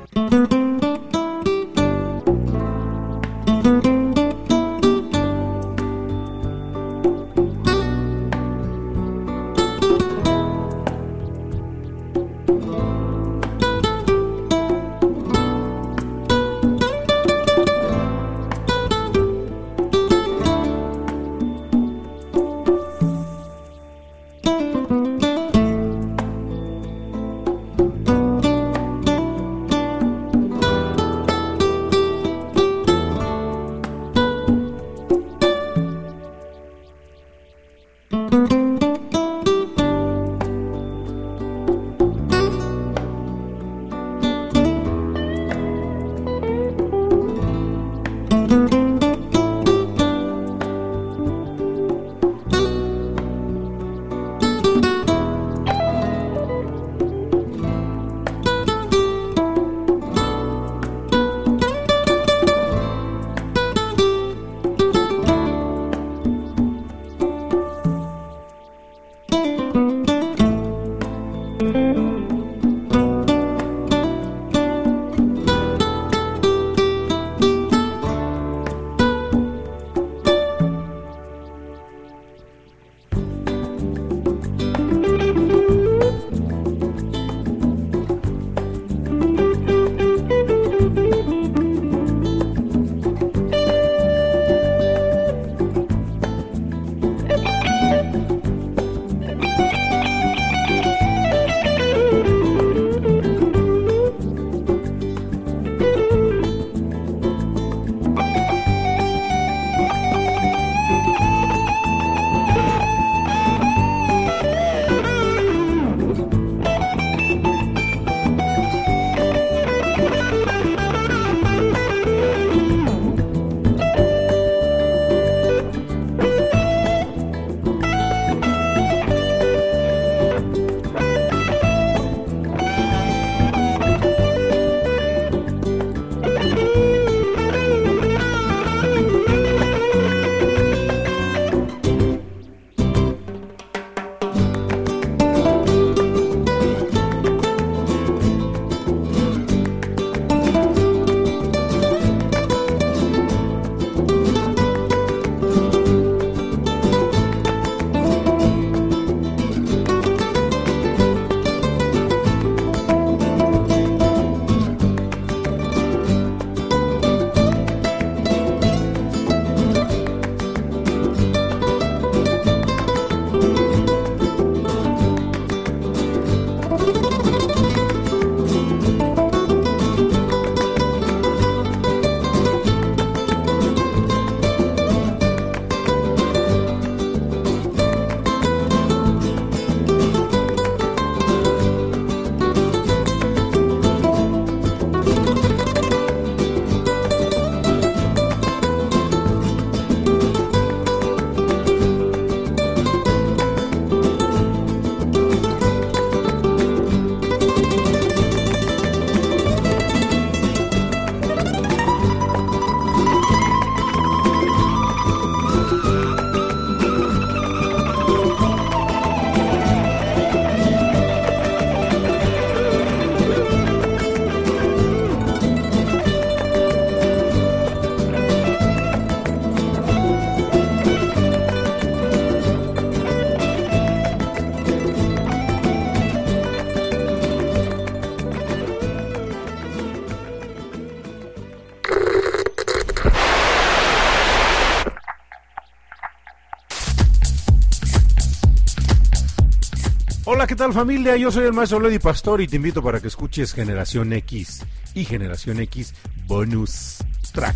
Hola, ¿qué tal familia? Yo soy el maestro Lady Pastor y te invito para que escuches Generación X y Generación X Bonus Track.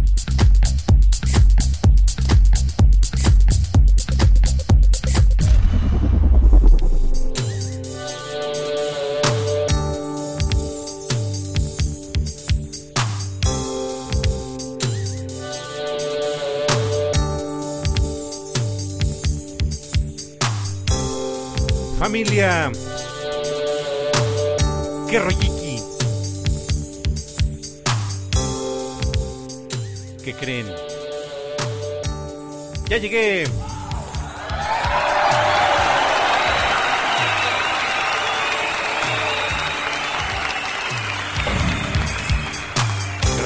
Familia, qué rolliki. ¿Qué creen? Ya llegué.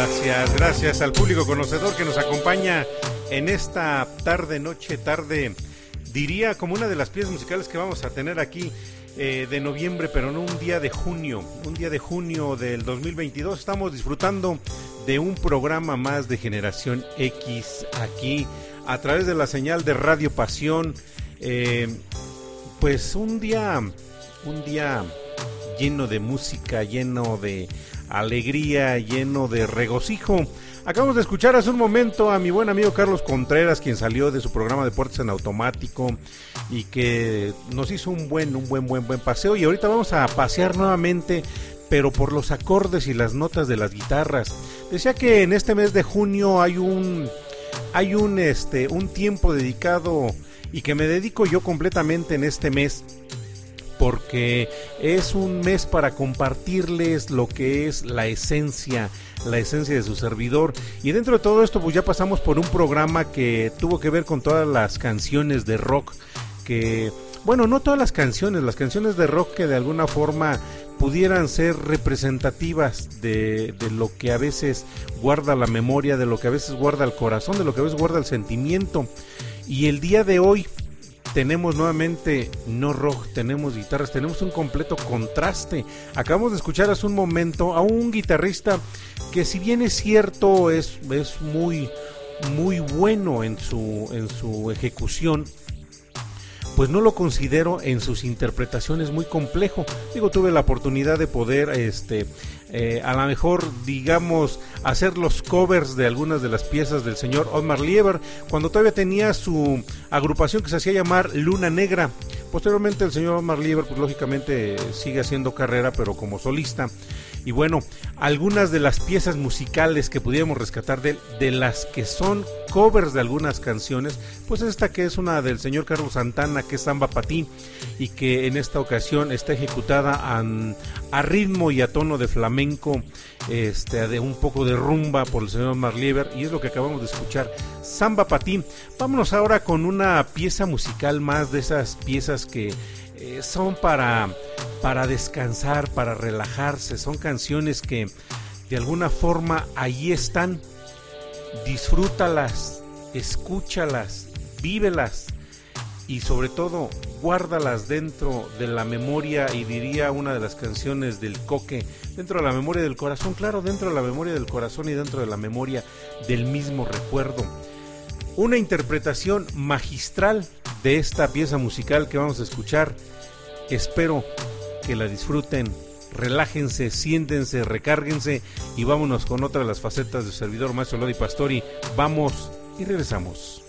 Gracias al público conocedor que nos acompaña en esta tarde, diría como una de las piezas musicales que vamos a tener aquí de noviembre, pero no un día de junio del 2022. Estamos disfrutando de un programa más de Generación X aquí a través de la señal de Radio Pasión. Pues un día lleno de música, lleno de alegría, lleno de regocijo. Acabamos de escuchar hace un momento a mi buen amigo Carlos Contreras, quien salió de su programa Deportes en Automático y que nos hizo un buen paseo, y ahorita vamos a pasear nuevamente, pero por los acordes y las notas de las guitarras. Decía que en este mes de junio hay un tiempo dedicado, y que me dedico yo completamente en este mes, porque es un mes para compartirles lo que es la esencia de su servidor. Y dentro de todo esto, pues ya pasamos por un programa que tuvo que ver con todas las canciones de rock, que, bueno, no todas las canciones de rock que de alguna forma pudieran ser representativas de lo que a veces guarda la memoria, de lo que a veces guarda el corazón, de lo que a veces guarda el sentimiento. Y el día de hoy tenemos nuevamente no rock, tenemos guitarras, tenemos un completo contraste. Acabamos de escuchar hace un momento a un guitarrista que, si bien es cierto, es muy bueno en su ejecución, pues no lo considero en sus interpretaciones muy complejo. Tuve la oportunidad de poder a lo mejor, digamos, hacer los covers de algunas de las piezas del señor Otmar Lieber, cuando todavía tenía su agrupación que se hacía llamar Luna Negra. Posteriormente el señor Otmar Lieber, pues lógicamente sigue haciendo carrera, pero como solista. Y bueno, algunas de las piezas musicales que pudiéramos rescatar de las que son covers de algunas canciones, pues esta que es una del señor Carlos Santana, que es Samba Pa' Ti, y que en esta ocasión está ejecutada a ritmo y a tono de flamenco, de un poco de rumba por el señor Marlieber, y es lo que acabamos de escuchar, Samba Pa' Ti. Vámonos ahora con una pieza musical más, de esas piezas que son para descansar, para relajarse. Son canciones que de alguna forma ahí están. Disfrútalas, escúchalas, vívelas, y sobre todo guárdalas dentro de la memoria, y diría una de las canciones del Coque, dentro de la memoria del corazón. Claro, dentro de la memoria del corazón y dentro de la memoria del mismo recuerdo. Una interpretación magistral de esta pieza musical que vamos a escuchar. Espero que la disfruten, relájense, siéntense, recárguense, y vámonos con otra de las facetas de su servidor, Maestro Lodi Pastori. Vamos y regresamos.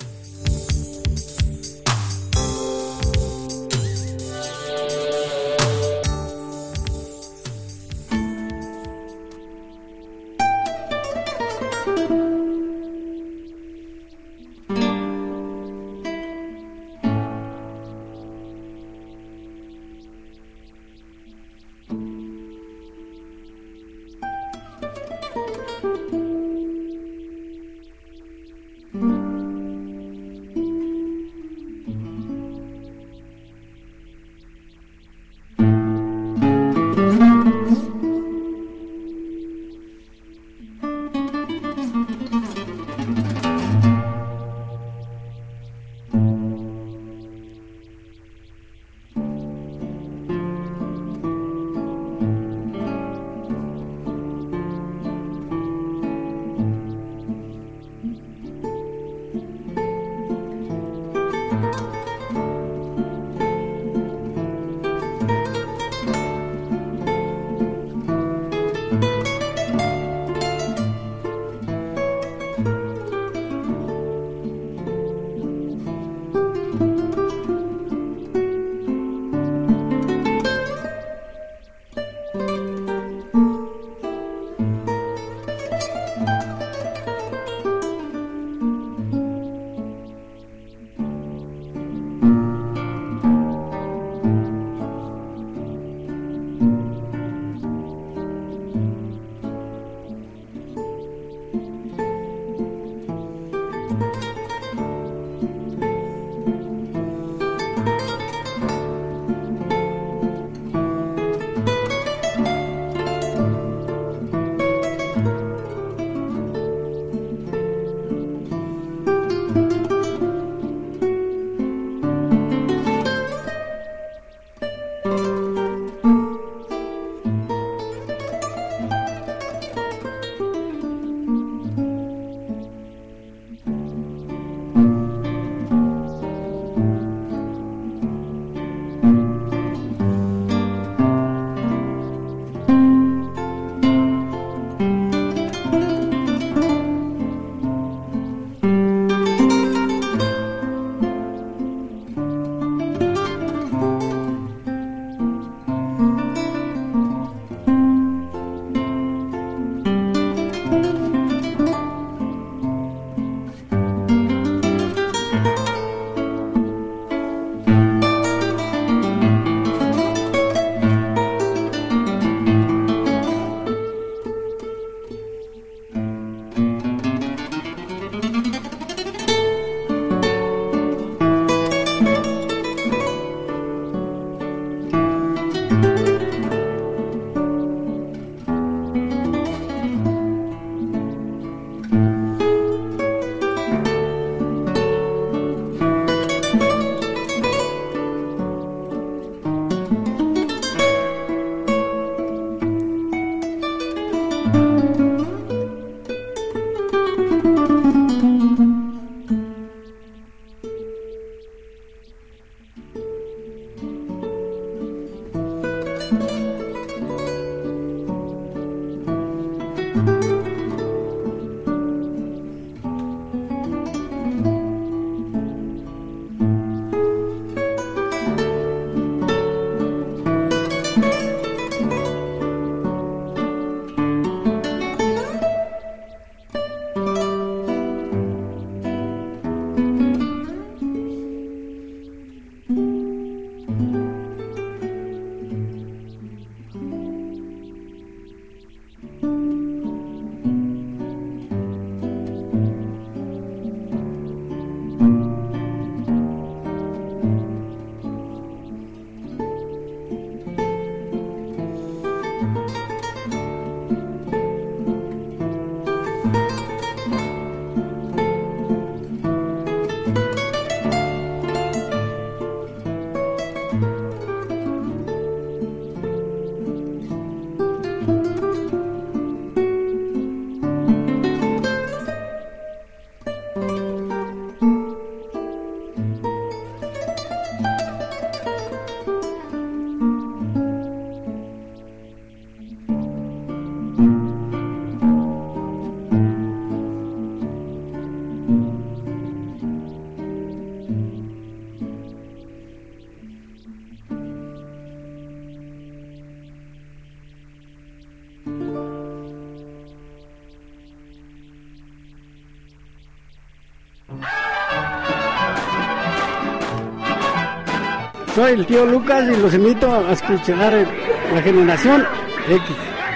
Soy el tío Lucas y los invito a escuchar La Generación X.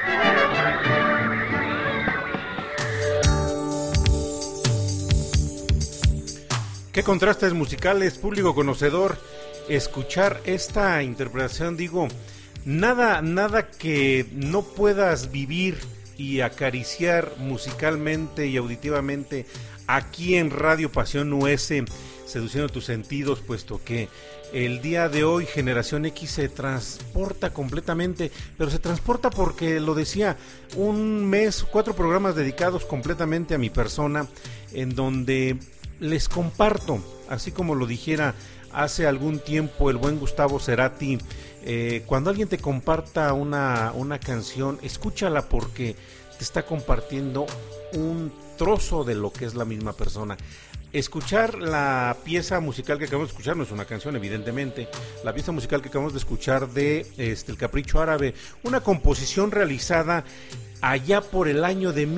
Qué contrastes musicales, público conocedor, escuchar esta interpretación, digo, nada que no puedas vivir y acariciar musicalmente y auditivamente aquí en Radio Pasión US, seduciendo tus sentidos, puesto que el día de hoy Generación X se transporta completamente, pero se transporta porque, lo decía, un mes, 4 programas dedicados completamente a mi persona, en donde les comparto, así como lo dijera hace algún tiempo el buen Gustavo Cerati, cuando alguien te comparta una canción, escúchala porque te está compartiendo un trozo de lo que es la misma persona. Escuchar la pieza musical que acabamos de escuchar, no es una canción evidentemente, la pieza musical que acabamos de escuchar de El Capricho Árabe, una composición realizada allá por el año de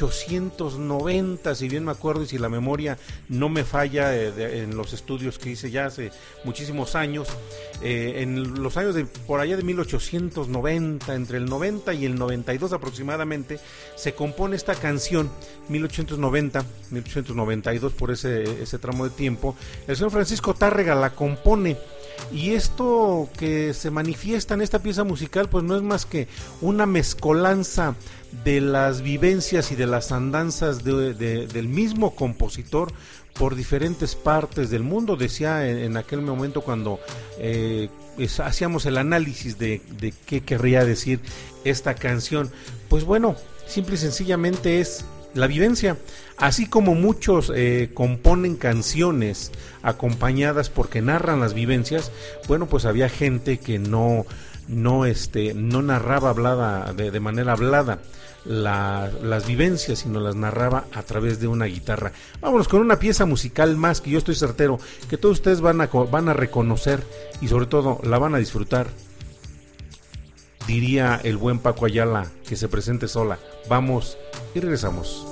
1890, si bien me acuerdo y si la memoria no me falla, en los estudios que hice ya hace muchísimos años, en los años de por allá de 1890, entre el 90 y el 92 aproximadamente, se compone esta canción, 1890, 1892, por ese tramo de tiempo. El señor Francisco Tárrega la compone, y esto que se manifiesta en esta pieza musical pues no es más que una mezcolanza de las vivencias y de las andanzas del mismo compositor por diferentes partes del mundo. Decía en aquel momento cuando hacíamos el análisis de qué querría decir esta canción, pues bueno, simple y sencillamente es la vivencia. Así como muchos componen canciones acompañadas porque narran las vivencias, bueno, pues había gente que no narraba hablada de manera hablada las vivencias, sino las narraba a través de una guitarra. Vámonos con una pieza musical más que yo estoy certero que todos ustedes van a reconocer y sobre todo la van a disfrutar. Diría el buen Paco Ayala, que se presente sola. Vamos y regresamos.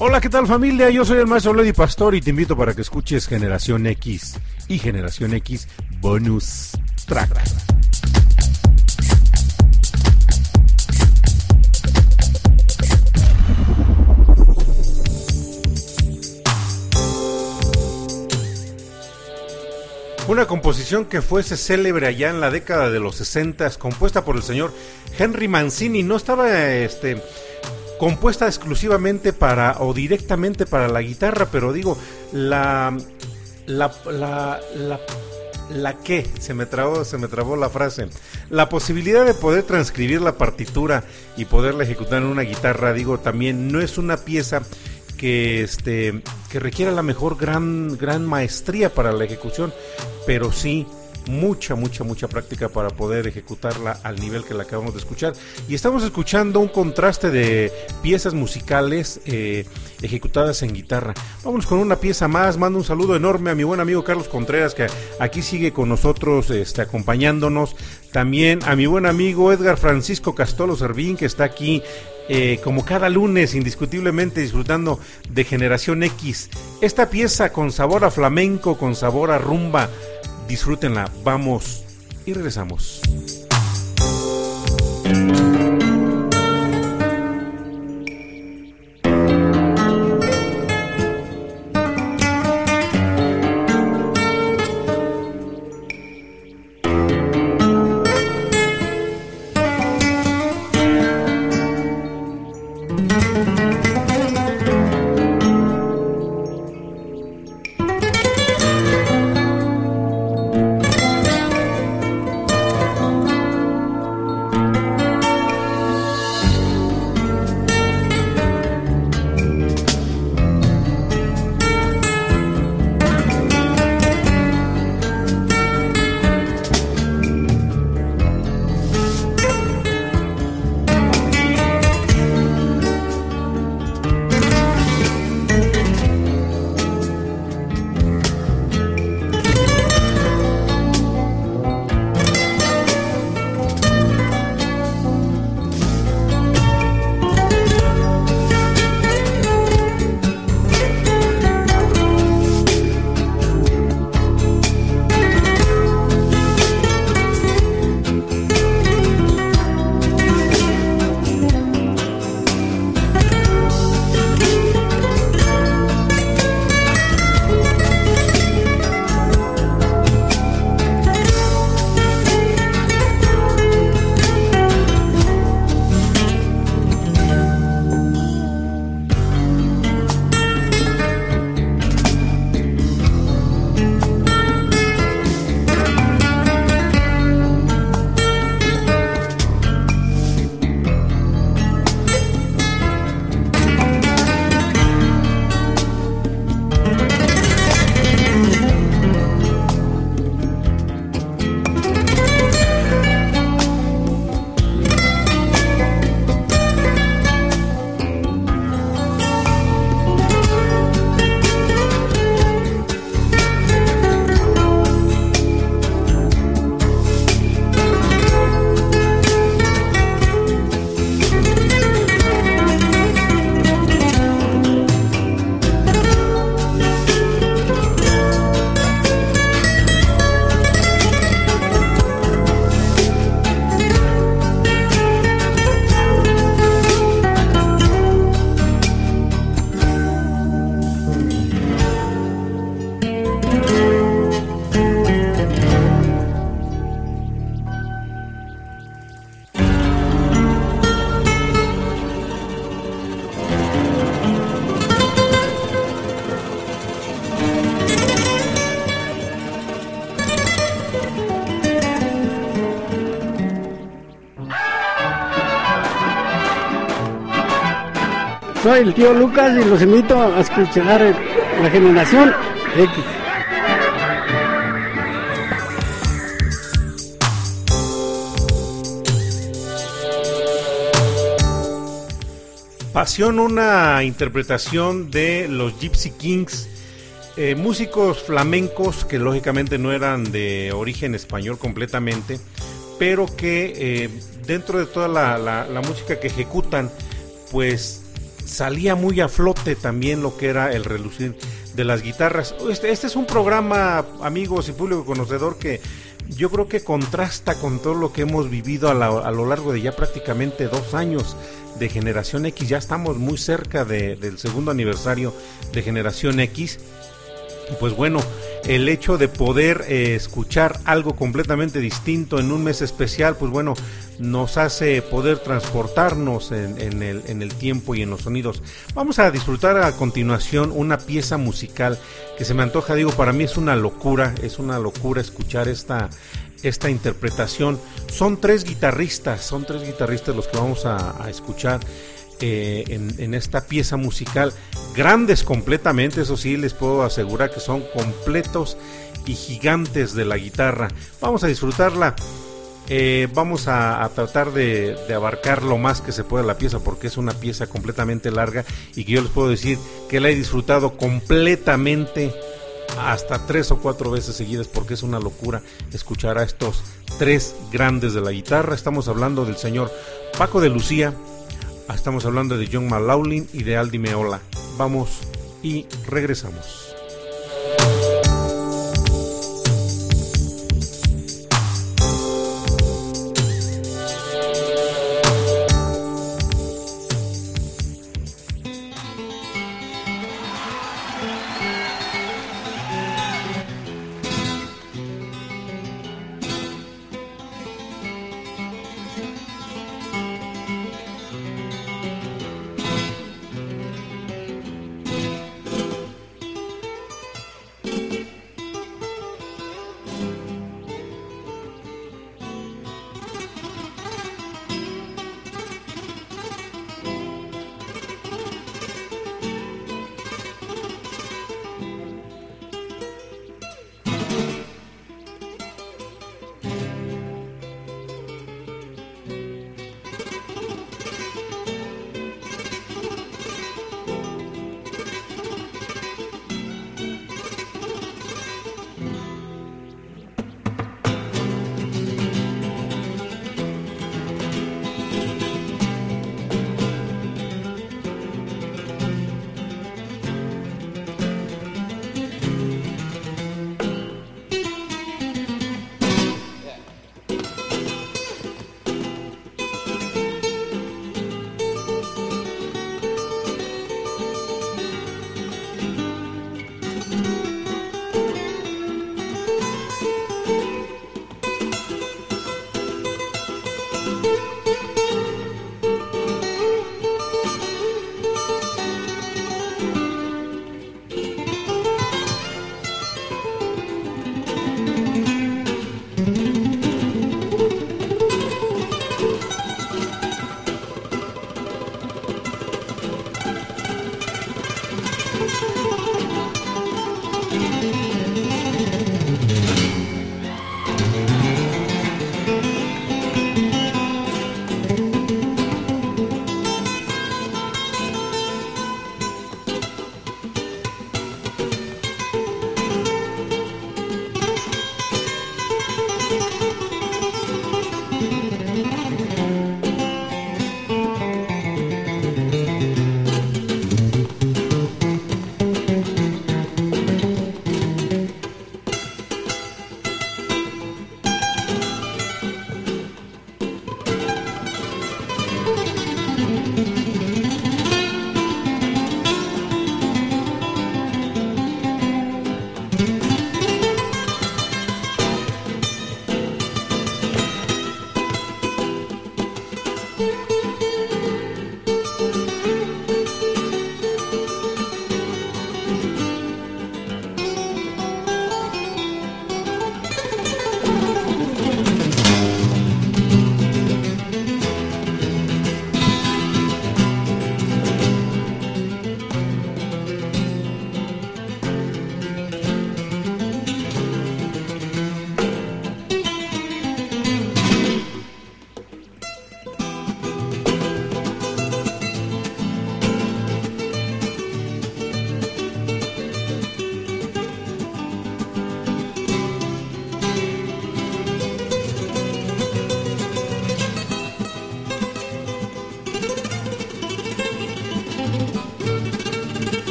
Hola, ¿qué tal familia? Yo soy el maestro Lady Pastor y te invito para que escuches Generación X y Generación X Bonus Track. Una composición que fuese célebre allá en la década de los 60, compuesta por el señor Henry Mancini. No estaba compuesta exclusivamente para o directamente para la guitarra, pero digo, se me trabó la frase. La posibilidad de poder transcribir la partitura y poderla ejecutar en una guitarra, digo, también no es una pieza que requiera la mejor gran maestría para la ejecución, pero sí mucha práctica para poder ejecutarla al nivel que la acabamos de escuchar. Y estamos escuchando un contraste de piezas musicales ejecutadas en guitarra. Vamos con una pieza más. Mando un saludo enorme a mi buen amigo Carlos Contreras, que aquí sigue con nosotros acompañándonos. También a mi buen amigo Edgar Francisco Castolo Servín, que está aquí como cada lunes indiscutiblemente disfrutando de Generación X. Esta pieza con sabor a flamenco, con sabor a rumba, disfrútenla. Vamos y regresamos. Soy el tío Lucas y los invito a escuchar la Generación X. Pasión, una interpretación de los Gypsy Kings, músicos flamencos que lógicamente no eran de origen español completamente, pero que dentro de toda la música que ejecutan, pues salía muy a flote también lo que era el relucir de las guitarras. Este es un programa, amigos y público conocedor, que yo creo que contrasta con todo lo que hemos vivido a lo largo de ya prácticamente 2 años de Generación X. Ya estamos muy cerca del segundo aniversario de Generación X. Y pues bueno, el hecho de poder escuchar algo completamente distinto en un mes especial, pues bueno, nos hace poder transportarnos en el tiempo y en los sonidos. Vamos a disfrutar a continuación una pieza musical que se me antoja, digo, para mí es una locura escuchar esta interpretación. Son tres guitarristas los que vamos a escuchar en esta pieza musical, grandes completamente, eso sí, les puedo asegurar que son completos y gigantes de la guitarra. Vamos a disfrutarla, vamos a tratar de abarcar lo más que se pueda la pieza, porque es una pieza completamente larga y que yo les puedo decir que la he disfrutado completamente hasta 3 o 4 veces seguidas, porque es una locura escuchar a estos tres grandes de la guitarra. Estamos hablando del señor Paco de Lucía, estamos hablando de John McLaughlin y de Al Di Meola. Vamos y regresamos.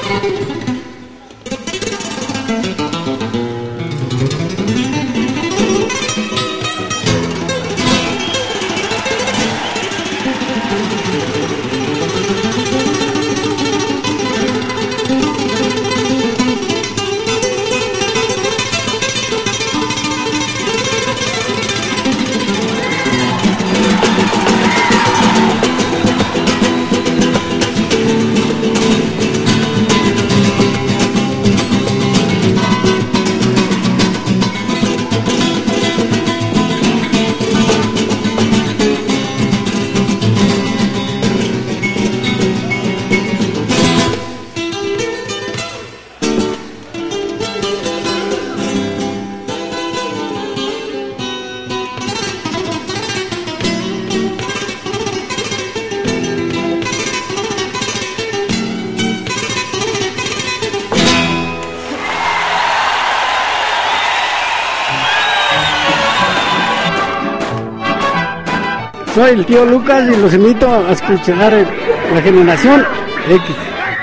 Soy el tío Lucas y los invito a escuchar La Generación X.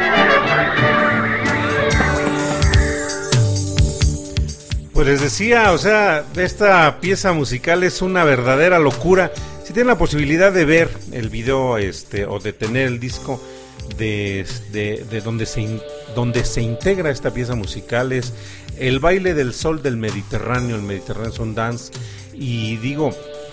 Pues les decía, o sea, esta pieza musical es una verdadera locura. Si tienen la posibilidad de ver el video o de tener el disco de donde se integra esta pieza musical, es El baile del sol del Mediterráneo, el Mediterranean Sundance. Y digo,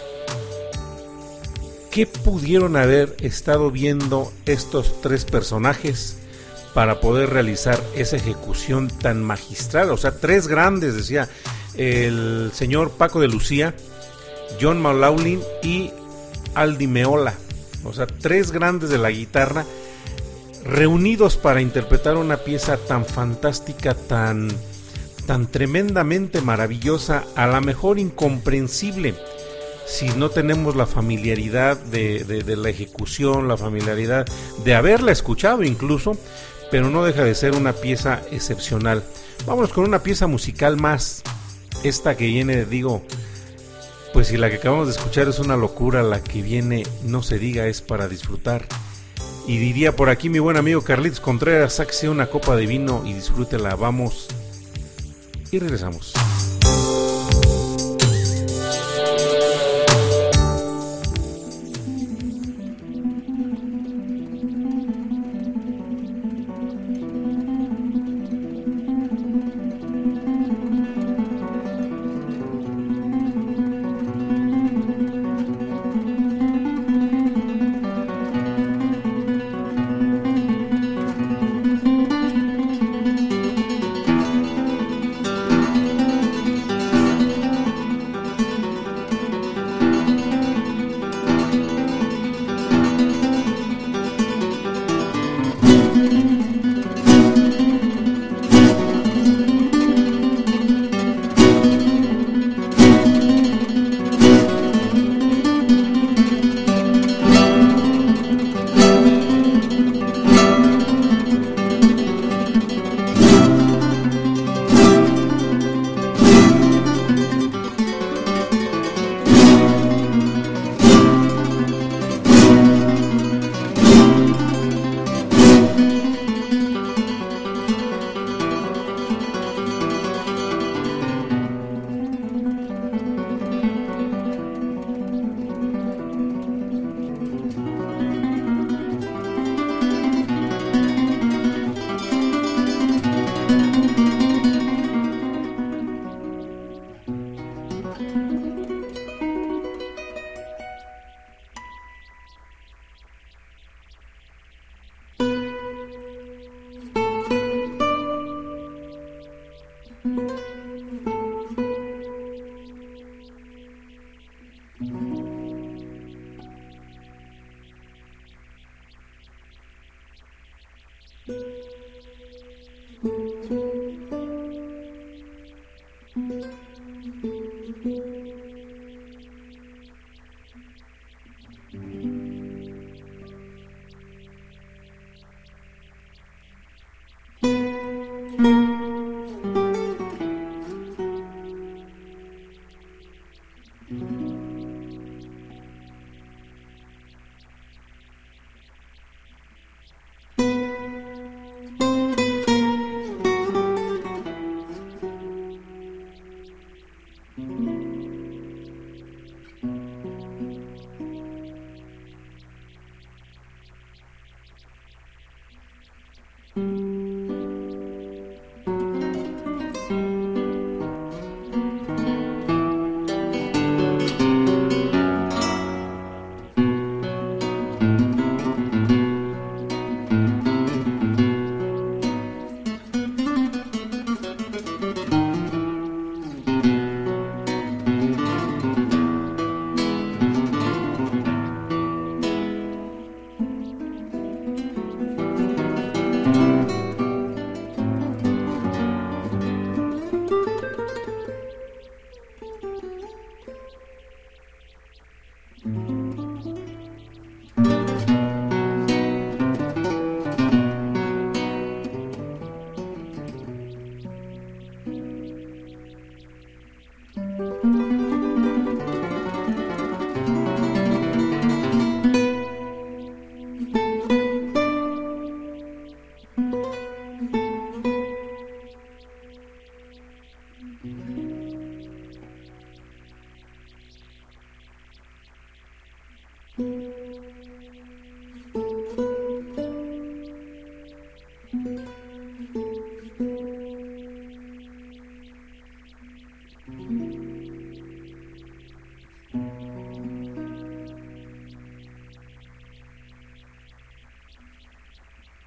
¿qué pudieron haber estado viendo estos tres personajes para poder realizar esa ejecución tan magistral? O sea, tres grandes, decía el señor Paco de Lucía, John Maulaulin y Aldi Meola. O sea, tres grandes de la guitarra reunidos para interpretar una pieza tan fantástica, tan tremendamente maravillosa, a la mejor incomprensible si no tenemos la familiaridad de la ejecución, la familiaridad de haberla escuchado incluso, pero no deja de ser una pieza excepcional. Vámonos con una pieza musical más, esta que viene, digo, pues si la que acabamos de escuchar es una locura, la que viene, no se diga, es para disfrutar. Y diría por aquí mi buen amigo Carlitos Contreras, sáquese una copa de vino y disfrútela. Vamos y regresamos.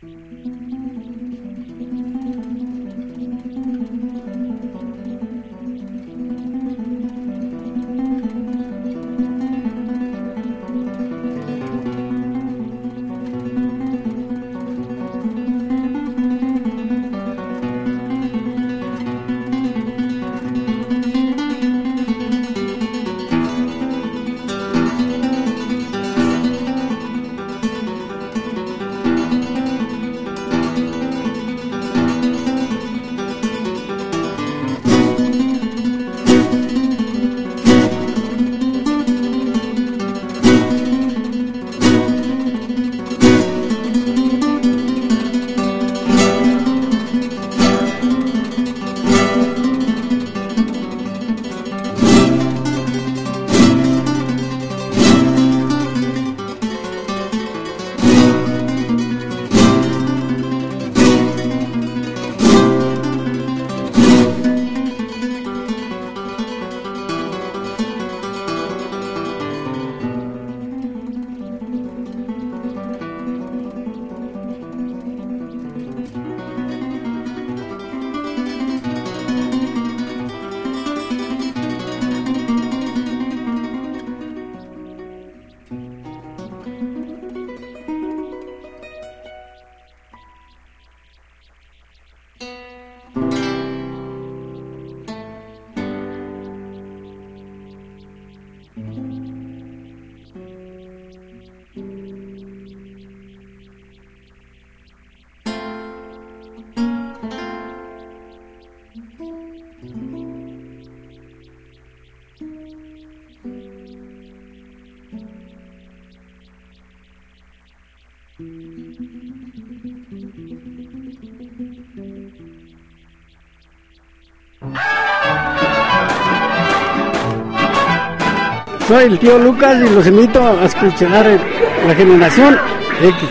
Soy el tío Lucas y los invito a escuchar La Generación X.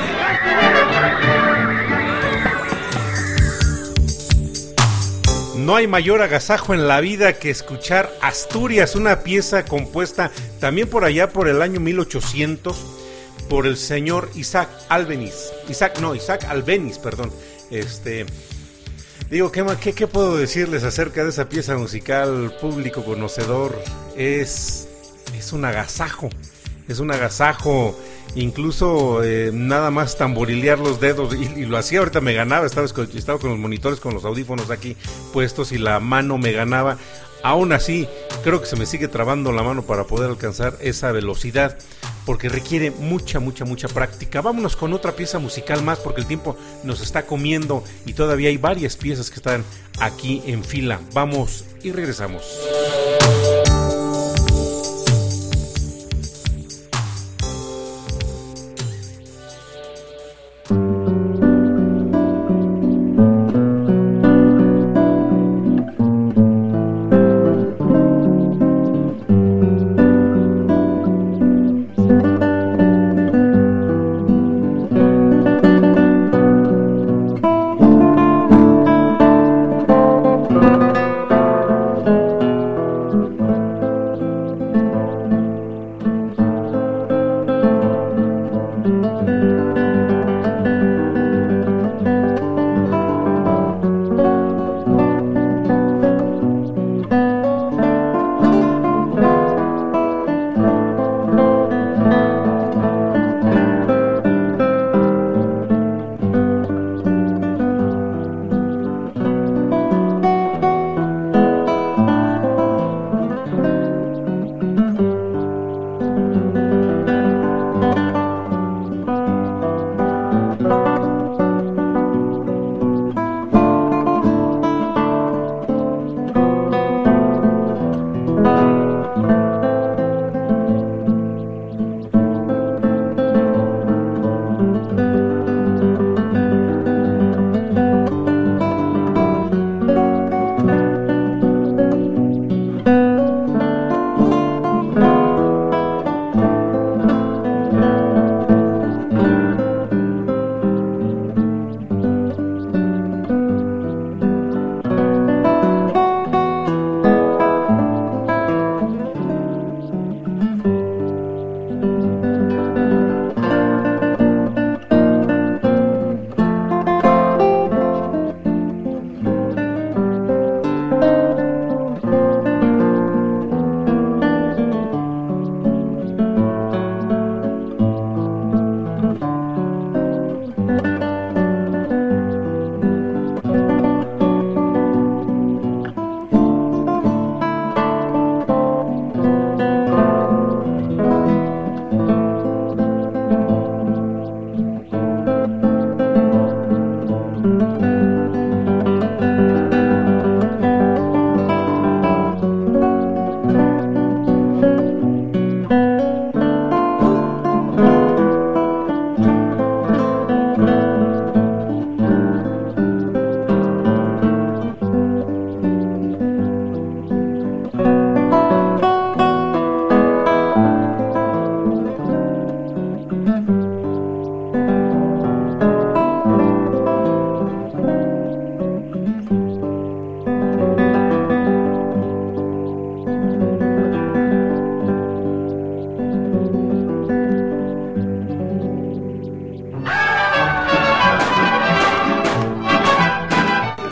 No hay mayor agasajo en la vida que escuchar Asturias, una pieza compuesta también por allá por el año 1800 por el señor Isaac Albeniz. Isaac Albeniz, perdón. Digo, ¿qué puedo decirles acerca de esa pieza musical? Público conocedor, es un agasajo, incluso nada más tamborilear los dedos, y lo hacía, ahorita me ganaba, estaba con los monitores, con los audífonos aquí puestos y la mano me ganaba. Aún así, creo que se me sigue trabando la mano para poder alcanzar esa velocidad, porque requiere mucha práctica. Vámonos con otra pieza musical más, porque el tiempo nos está comiendo y todavía hay varias piezas que están aquí en fila. Vamos y regresamos.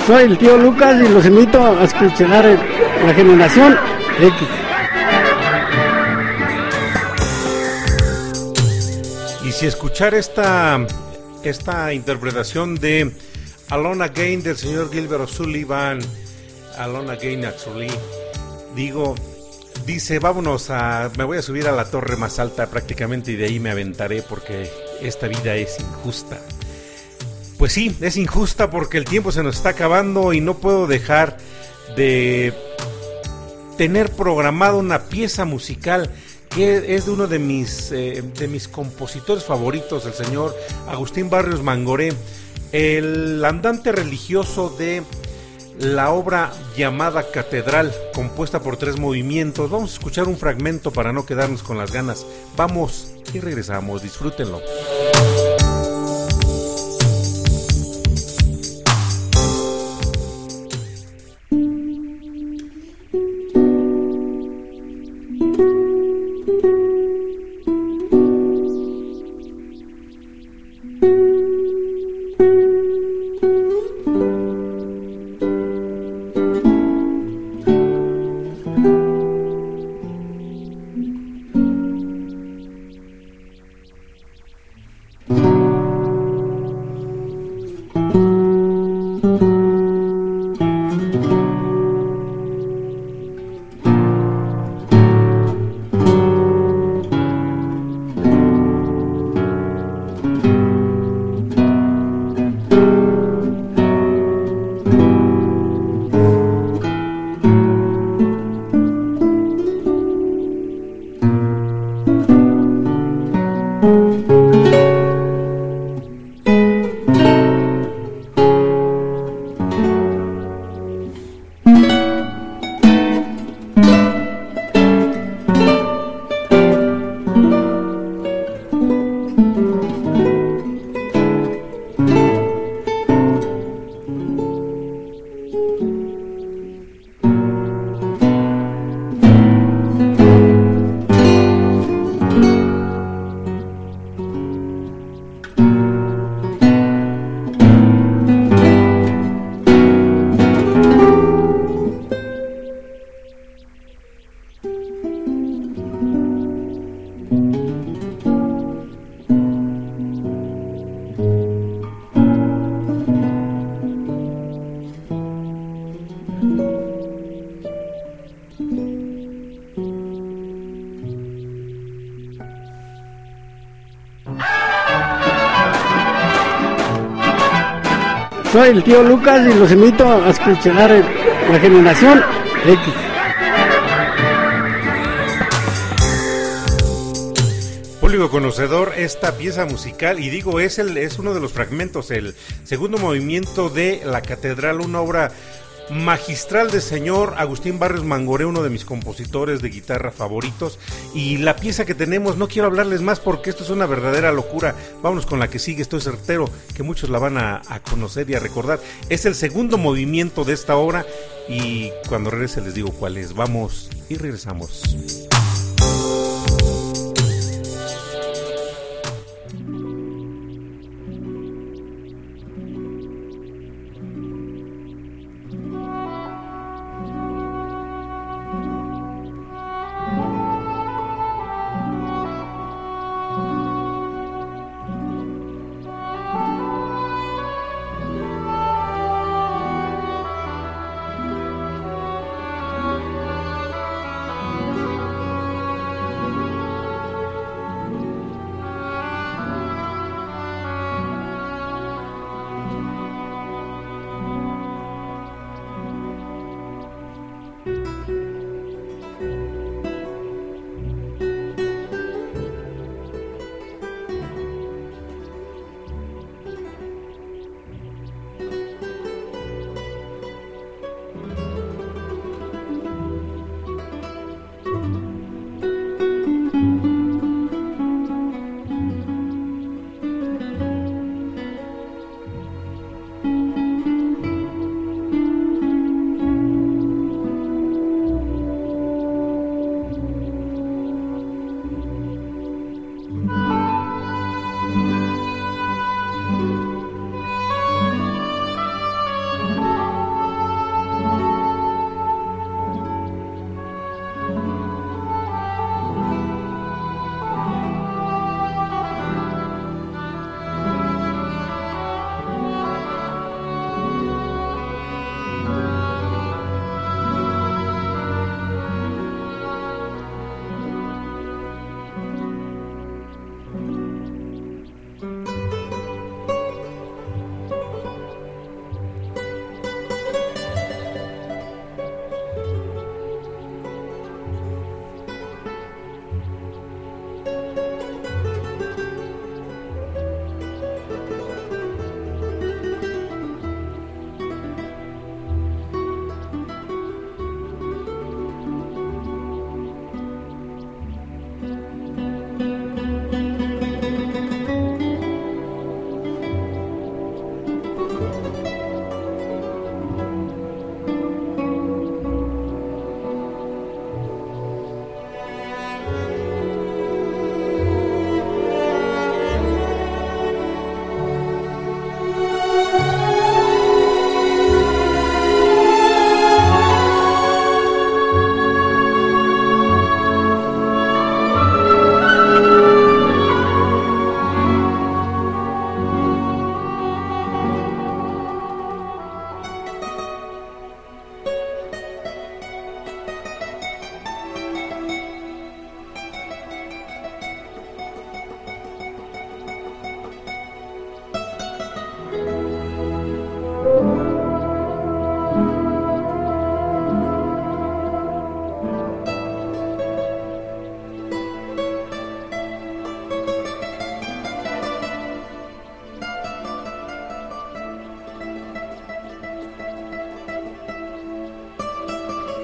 Soy el tío Lucas y los invito a escuchar La Generación X. Y si escuchar esta interpretación de Alone Again del señor Gilbert O'Sullivan, Alone Again actually, dice, me voy a subir a la torre más alta prácticamente y de ahí me aventaré porque esta vida es injusta. Pues sí, es injusta porque el tiempo se nos está acabando y no puedo dejar de tener programada una pieza musical que es de uno de mis compositores favoritos, el señor Agustín Barrios Mangoré, el andante religioso de la obra llamada Catedral, compuesta por 3 movimientos. Vamos a escuchar un fragmento para no quedarnos con las ganas. Vamos y regresamos, disfrútenlo. Soy el tío Lucas y los invito a escuchar La Generación X. Público conocedor, esta pieza musical, y digo, es uno de los fragmentos, el segundo movimiento de La Catedral, una obra magistral del señor Agustín Barrios Mangoré, uno de mis compositores de guitarra favoritos. Y la pieza que tenemos, no quiero hablarles más porque esto es una verdadera locura. Vámonos con la que sigue, estoy certero que muchos la van a conocer y a recordar. Es el segundo movimiento de esta obra y cuando regrese les digo cuál es. Vamos y regresamos.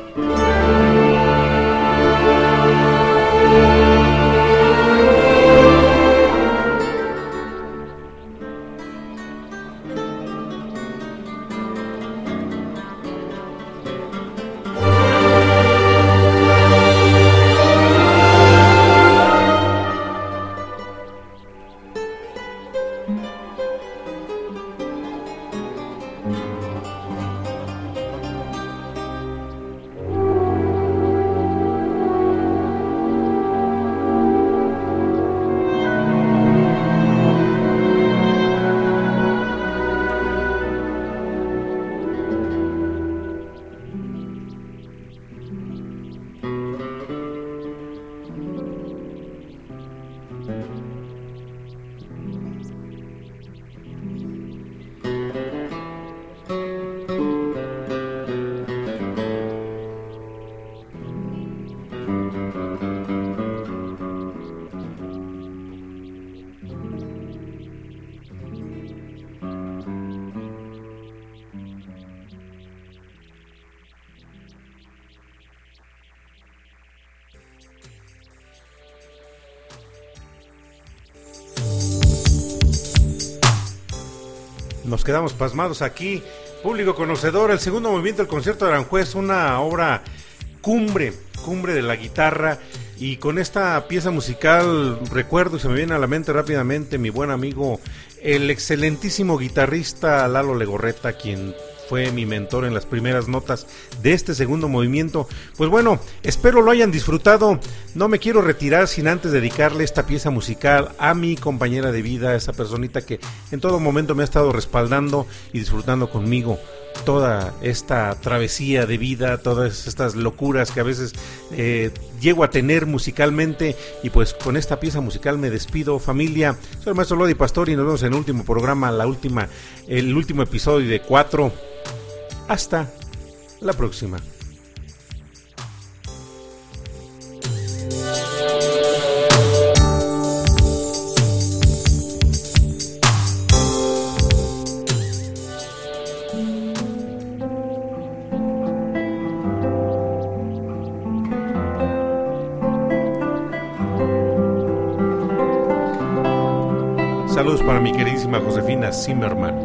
Nos quedamos pasmados aquí, público conocedor. El segundo movimiento del concierto de Aranjuez, una obra cumbre de la guitarra. Y con esta pieza musical recuerdo y se me viene a la mente rápidamente mi buen amigo, el excelentísimo guitarrista Lalo Legorreta, quien fue mi mentor en las primeras notas de este segundo movimiento. Pues bueno, espero lo hayan disfrutado. No me quiero retirar sin antes dedicarle esta pieza musical a mi compañera de vida, esa personita que en todo momento me ha estado respaldando y disfrutando conmigo toda esta travesía de vida, todas estas locuras que a veces llego a tener musicalmente. Y pues con esta pieza musical me despido, familia. Soy el maestro Lodi Pastor y nos vemos en el último programa, el último episodio de 4. Hasta la próxima. Saludos para mi queridísima Josefina Zimmerman.